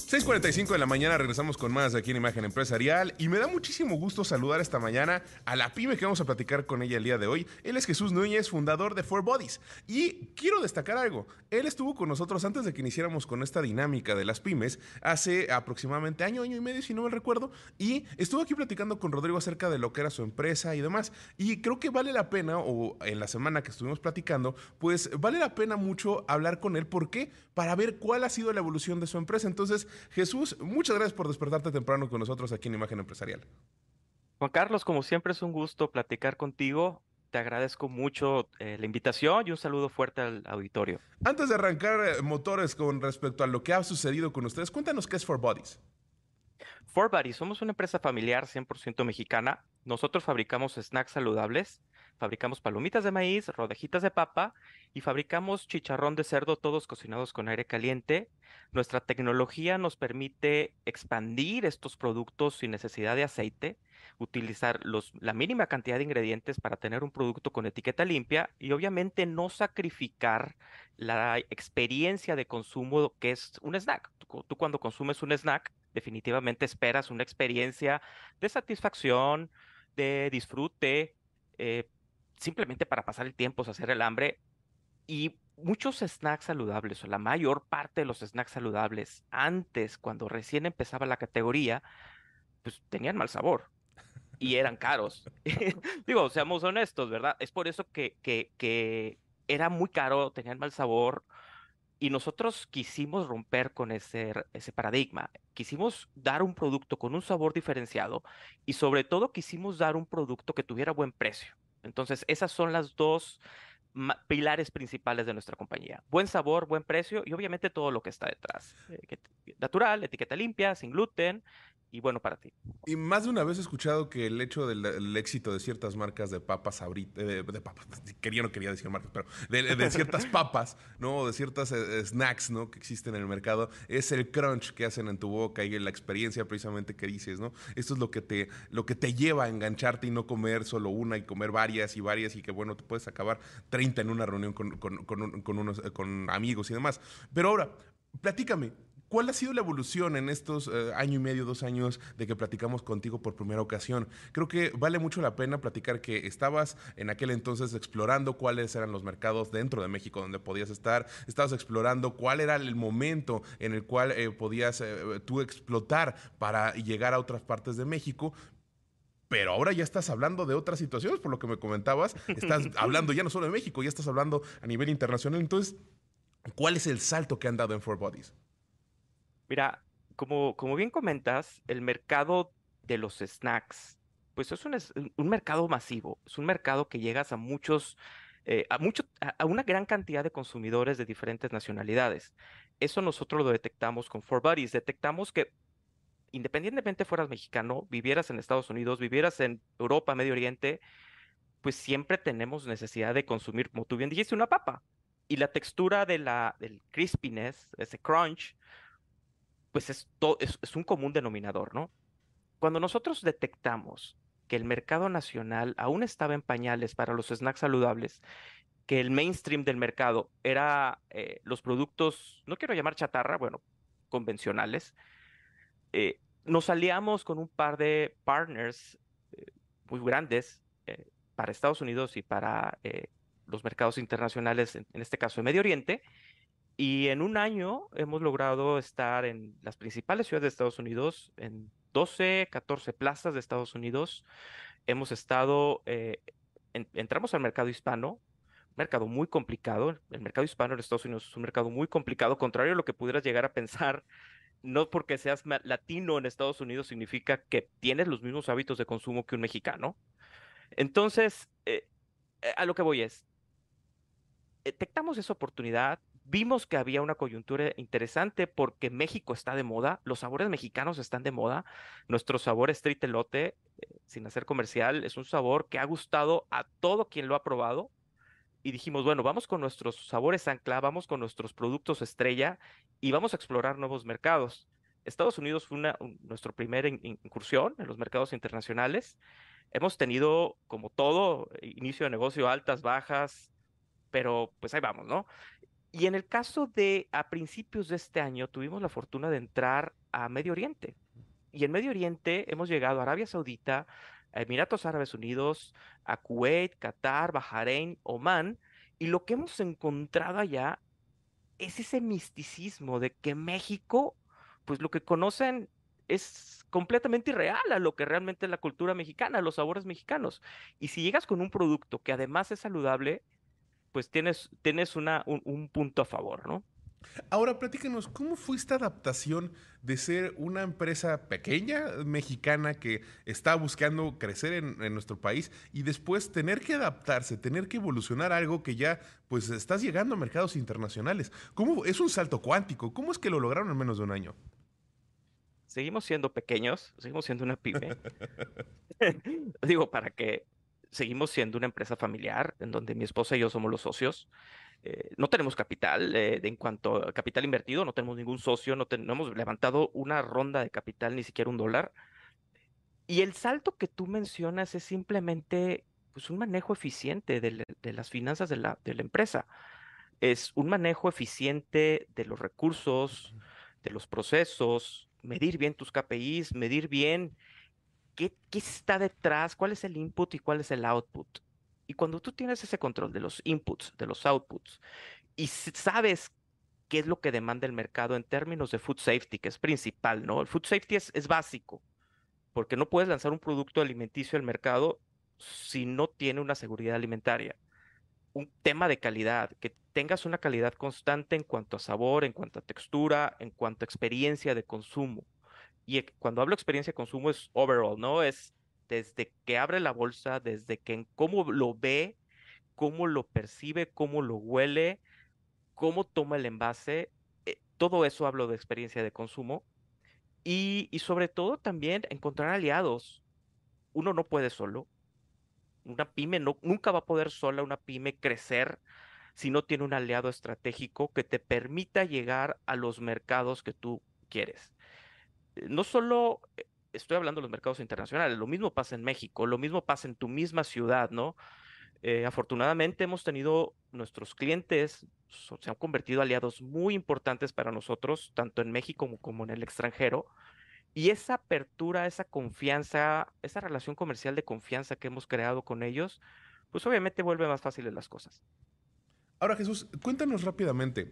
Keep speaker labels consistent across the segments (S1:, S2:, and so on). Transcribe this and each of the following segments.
S1: 6:45 de la mañana, regresamos con más aquí en Imagen Empresarial y me da muchísimo gusto saludar esta mañana a la pyme que vamos a platicar con ella el día de hoy. Él es Jesús Núñez, fundador de 4Bodies, y quiero destacar algo. Él estuvo con nosotros antes de que iniciáramos con esta dinámica de las pymes hace aproximadamente año y medio, si no me recuerdo, y estuvo aquí platicando con Rodrigo acerca de lo que era su empresa y demás. Y creo que vale la pena, o en la semana que estuvimos platicando, pues vale la pena mucho hablar con él. ¿Por qué? Para ver cuál ha sido la evolución de su empresa. Entonces, Jesús, muchas gracias por despertarte temprano con nosotros aquí en Imagen Empresarial.
S2: Juan Carlos, como siempre es un gusto platicar contigo. Te agradezco mucho la invitación y un saludo fuerte al auditorio.
S1: Antes de arrancar motores con respecto a lo que ha sucedido con ustedes, cuéntanos qué es 4Bodies.
S2: Forbari, somos una empresa familiar 100% mexicana. Nosotros fabricamos snacks saludables, fabricamos palomitas de maíz, rodajitas de papa y fabricamos chicharrón de cerdo, todos cocinados con aire caliente. Nuestra tecnología nos permite expandir estos productos sin necesidad de aceite, utilizar la mínima cantidad de ingredientes para tener un producto con etiqueta limpia y obviamente no sacrificar la experiencia de consumo que es un snack. Tú cuando consumes un snack, definitivamente esperas una experiencia de satisfacción, de disfrute, eh, simplemente para pasar el tiempo, saciar el hambre. Y muchos snacks saludables, o la mayor parte de los snacks saludables, antes, cuando recién empezaba la categoría, pues tenían mal sabor y eran caros. Digo, seamos honestos, ¿verdad? Es por eso que era muy caro, tenían mal sabor y nosotros quisimos romper con ese paradigma. Quisimos dar un producto con un sabor diferenciado y sobre todo quisimos dar un producto que tuviera buen precio. Entonces, esas son las dos pilares principales de nuestra compañía. Buen sabor, buen precio y obviamente todo lo que está detrás. Natural, etiqueta limpia, sin gluten y bueno para ti.
S1: Y más de una vez he escuchado que el hecho del el éxito de ciertas marcas de papas ahorita, de papas, quería no quería decir marcas, pero de ciertas papas, ¿no? De ciertas snacks, ¿no? Que existen en el mercado, es el crunch que hacen en tu boca y la experiencia precisamente que dices, ¿no? Esto es lo que te lleva a engancharte y no comer solo una y comer varias y varias y que, bueno, te puedes acabar 30 en una reunión con amigos y demás. Pero ahora, platícame, ¿cuál ha sido la evolución en estos año y medio, 2 años de que platicamos contigo por primera ocasión? Creo que vale mucho la pena platicar que estabas en aquel entonces explorando cuáles eran los mercados dentro de México donde podías estar, estabas explorando cuál era el momento en el cual podías tú explotar para llegar a otras partes de México. Pero ahora ya estás hablando de otras situaciones, por lo que me comentabas. Estás hablando ya no solo de México, ya estás hablando a nivel internacional. Entonces, ¿cuál es el salto que han dado en 4Bodies?
S2: Mira, como bien comentas, el mercado de los snacks, pues es un mercado masivo, es un mercado que llegas a a una gran cantidad de consumidores de diferentes nacionalidades. Eso nosotros lo detectamos con 4Buddies. Detectamos que independientemente fueras mexicano, vivieras en Estados Unidos, vivieras en Europa, Medio Oriente, pues siempre tenemos necesidad de consumir, como tú bien dijiste, una papa. Y la textura del crispiness, ese crunch, pues es un común denominador, ¿no? Cuando nosotros detectamos que el mercado nacional aún estaba en pañales para los snacks saludables, que el mainstream del mercado era los productos, no quiero llamar chatarra, bueno, convencionales, nos aliamos con un par de partners muy grandes para Estados Unidos y para los mercados internacionales, en este caso de Medio Oriente, y en un año hemos logrado estar en las principales ciudades de Estados Unidos, en 12, 14 plazas de Estados Unidos. Hemos estado, entramos al mercado hispano, un mercado muy complicado. El mercado hispano en Estados Unidos es un mercado muy complicado, contrario a lo que pudieras llegar a pensar. No porque seas latino en Estados Unidos significa que tienes los mismos hábitos de consumo que un mexicano. Entonces, a lo que voy es, detectamos esa oportunidad, vimos que había una coyuntura interesante porque México está de moda, los sabores mexicanos están de moda, nuestro sabor street elote, sin hacer comercial, es un sabor que ha gustado a todo quien lo ha probado y dijimos, bueno, vamos con nuestros sabores ancla, vamos con nuestros productos estrella y vamos a explorar nuevos mercados. Estados Unidos fue nuestro primer incursión en los mercados internacionales. Hemos tenido, como todo, inicio de negocio, altas, bajas, pero pues ahí vamos, ¿no? Y en el caso de a principios de este año, tuvimos la fortuna de entrar a Medio Oriente. Y en Medio Oriente hemos llegado a Arabia Saudita, a Emiratos Árabes Unidos, a Kuwait, Qatar, Bahrein, Omán. Y lo que hemos encontrado allá es ese misticismo de que México, pues lo que conocen es completamente irreal a lo que realmente es la cultura mexicana, los sabores mexicanos. Y si llegas con un producto que además es saludable, pues tienes un punto a favor, ¿no?
S1: Ahora, platícanos, ¿cómo fue esta adaptación de ser una empresa pequeña mexicana que está buscando crecer en nuestro país y después tener que adaptarse, tener que evolucionar a algo que ya pues estás llegando a mercados internacionales? ¿Cómo es un salto cuántico? ¿Cómo es que lo lograron en menos de un año?
S2: Seguimos siendo pequeños, seguimos siendo una pyme. Digo, para que seguimos siendo una empresa familiar en donde mi esposa y yo somos los socios. No tenemos capital, en cuanto a capital invertido, no tenemos ningún socio, no hemos levantado una ronda de capital, ni siquiera un dólar. Y el salto que tú mencionas es simplemente pues, un manejo eficiente de las finanzas de la empresa. Es un manejo eficiente de los recursos, de los procesos, medir bien tus KPIs, medir bien qué está detrás, cuál es el input y cuál es el output. Y cuando tú tienes ese control de los inputs, de los outputs, y sabes qué es lo que demanda el mercado en términos de food safety, que es principal, ¿no? El food safety es básico, porque no puedes lanzar un producto alimenticio al mercado si no tiene una seguridad alimentaria. Un tema de calidad, que tengas una calidad constante en cuanto a sabor, en cuanto a textura, en cuanto a experiencia de consumo. Y cuando hablo experiencia de consumo es overall, ¿no? Es desde que abre la bolsa, desde que cómo lo ve, cómo lo percibe, cómo lo huele, cómo toma el envase. Todo eso hablo de experiencia de consumo. Y sobre todo también encontrar aliados. Uno no puede solo. Una pyme no, nunca va a poder sola una pyme crecer si no tiene un aliado estratégico que te permita llegar a los mercados que tú quieres. No solo estoy hablando de los mercados internacionales, lo mismo pasa en México, lo mismo pasa en tu misma ciudad, ¿no? Afortunadamente hemos tenido nuestros clientes, se han convertido aliados muy importantes para nosotros, tanto en México como en el extranjero. Y esa apertura, esa confianza, esa relación comercial de confianza que hemos creado con ellos, pues obviamente vuelve más fáciles las cosas.
S1: Ahora, Jesús, cuéntanos rápidamente.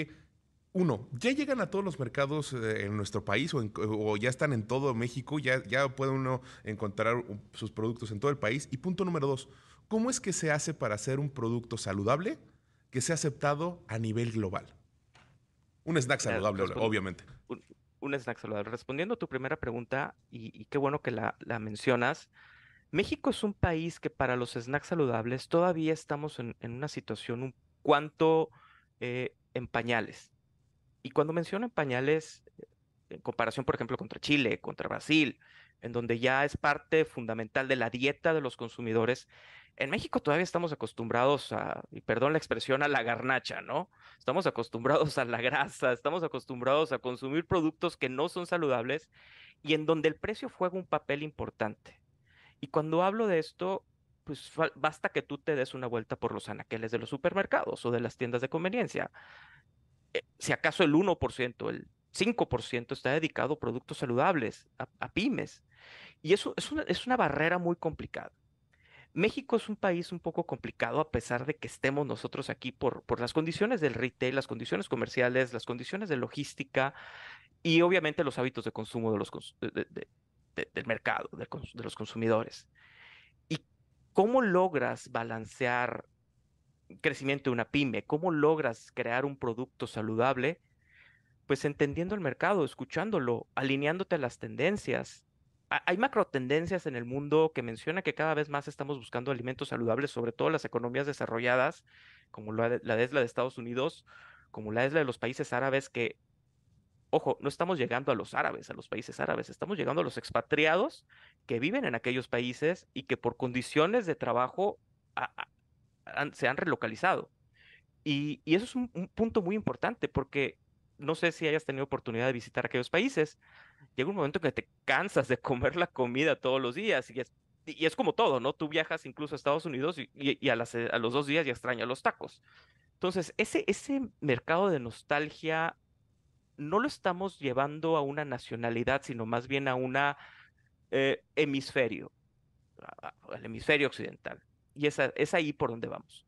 S1: Uno, ¿ya llegan a todos los mercados en nuestro país o ya están en todo México? ¿Ya puede uno encontrar sus productos en todo el país? Y punto número dos, ¿cómo es que se hace para hacer un producto saludable que sea aceptado a nivel global? Un snack
S2: Mira,
S1: saludable, obviamente.
S2: un, un snack saludable. Respondiendo a tu primera pregunta, y qué bueno que la mencionas, México es un país que para los snacks saludables todavía estamos en una situación un cuanto en pañales. Y cuando menciono en pañales, en comparación, por ejemplo, contra Chile, contra Brasil, en donde ya es parte fundamental de la dieta de los consumidores, en México todavía estamos acostumbrados y perdón la expresión, a la garnacha, ¿no? Estamos acostumbrados a la grasa, estamos acostumbrados a consumir productos que no son saludables y en donde el precio juega un papel importante. Y cuando hablo de esto, pues basta que tú te des una vuelta por los anaqueles de los supermercados o de las tiendas de conveniencia. Si acaso el 1%, el 5% está dedicado a productos saludables, a pymes. Y eso es una barrera muy complicada. México es un país un poco complicado a pesar de que estemos nosotros aquí por las condiciones del retail, las condiciones comerciales, las condiciones de logística y obviamente los hábitos de consumo del mercado, de los consumidores. ¿Y cómo logras balancear crecimiento de una pyme? ¿Cómo logras crear un producto saludable? Pues entendiendo el mercado, escuchándolo, alineándote a las tendencias. Hay macro tendencias en el mundo que menciona que cada vez más estamos buscando alimentos saludables, sobre todo las economías desarrolladas, como la es la de Estados Unidos, como la es la de los países árabes, que, ojo, no estamos llegando a los árabes, a los países árabes, estamos llegando a los expatriados que viven en aquellos países y que por condiciones de trabajo se han relocalizado. Y eso es un punto muy importante porque no sé si hayas tenido oportunidad de visitar aquellos países. Llega un momento en que te cansas de comer la comida todos los días y es como todo, ¿no? Tú viajas incluso a Estados Unidos y a los 2 días ya extrañas los tacos. Entonces, ese mercado de nostalgia no lo estamos llevando a una nacionalidad, sino más bien a una hemisferio, al hemisferio occidental. Y es ahí por donde vamos.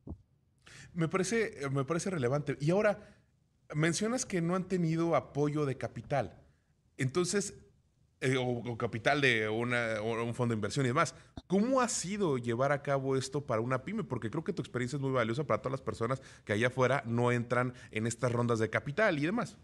S1: Me parece relevante. Y ahora, mencionas que no han tenido apoyo de capital. Entonces, o capital de o un fondo de inversión y demás. ¿Cómo ha sido llevar a cabo esto para una pyme? Porque creo que tu experiencia es muy valiosa para todas las personas que allá afuera no entran en estas rondas de capital y demás.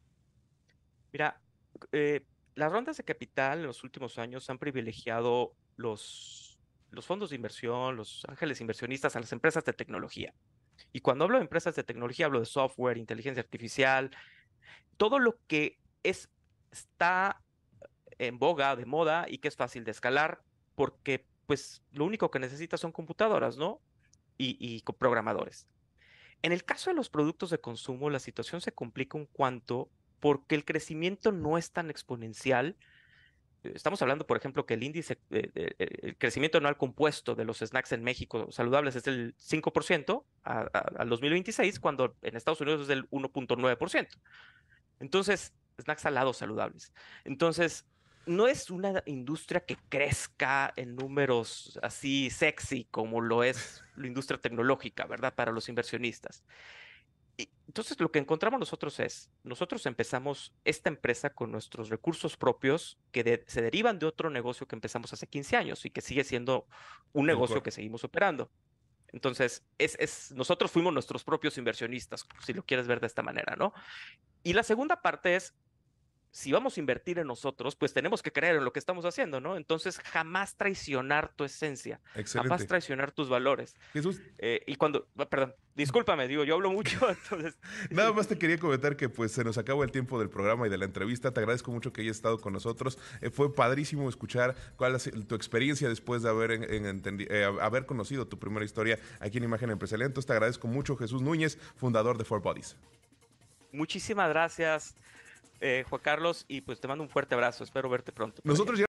S2: Mira, las rondas de capital en los últimos años han privilegiado los fondos de inversión, los ángeles inversionistas a las empresas de tecnología. Y cuando hablo de empresas de tecnología, hablo de software, inteligencia artificial, todo lo que está en boga, de moda y que es fácil de escalar, porque pues lo único que necesitas son computadoras, ¿no? Y con programadores. En el caso de los productos de consumo, la situación se complica un cuanto porque el crecimiento no es tan exponencial. Estamos hablando, por ejemplo, que el índice, el crecimiento anual compuesto de los snacks en México saludables es del 5% al 2026, cuando en Estados Unidos es del 1.9%. Entonces, snacks salados saludables. Entonces, no es una industria que crezca en números así sexy como lo es la industria tecnológica, ¿verdad? Para los inversionistas. Y entonces, lo que encontramos nosotros es, nosotros empezamos esta empresa con nuestros recursos propios que se derivan de otro negocio que empezamos hace 15 años y que sigue siendo un
S1: Tal
S2: negocio
S1: cual.
S2: que seguimos operando. Entonces, nosotros fuimos nuestros propios inversionistas, si lo quieres ver de esta manera, ¿no? Y la segunda parte es, si vamos a invertir en nosotros, pues tenemos que creer en lo que estamos haciendo, ¿no? Entonces, jamás traicionar tu esencia, jamás
S1: Excelente.
S2: traicionar tus valores.
S1: Jesús,
S2: Y cuando, perdón, discúlpame, digo, yo hablo mucho, entonces,
S1: nada más te quería comentar que pues se nos acabó el tiempo del programa y de la entrevista. Te agradezco mucho que hayas estado con nosotros. Fue padrísimo escuchar cuál es tu experiencia después de haber conocido tu primera historia aquí en Imagen Empresarial. Entonces te agradezco mucho, Jesús Núñez, fundador de Four Bodies.
S2: muchísimas gracias, Juan Carlos, y pues te mando un fuerte abrazo. Espero verte pronto por allá.
S1: Nosotros ya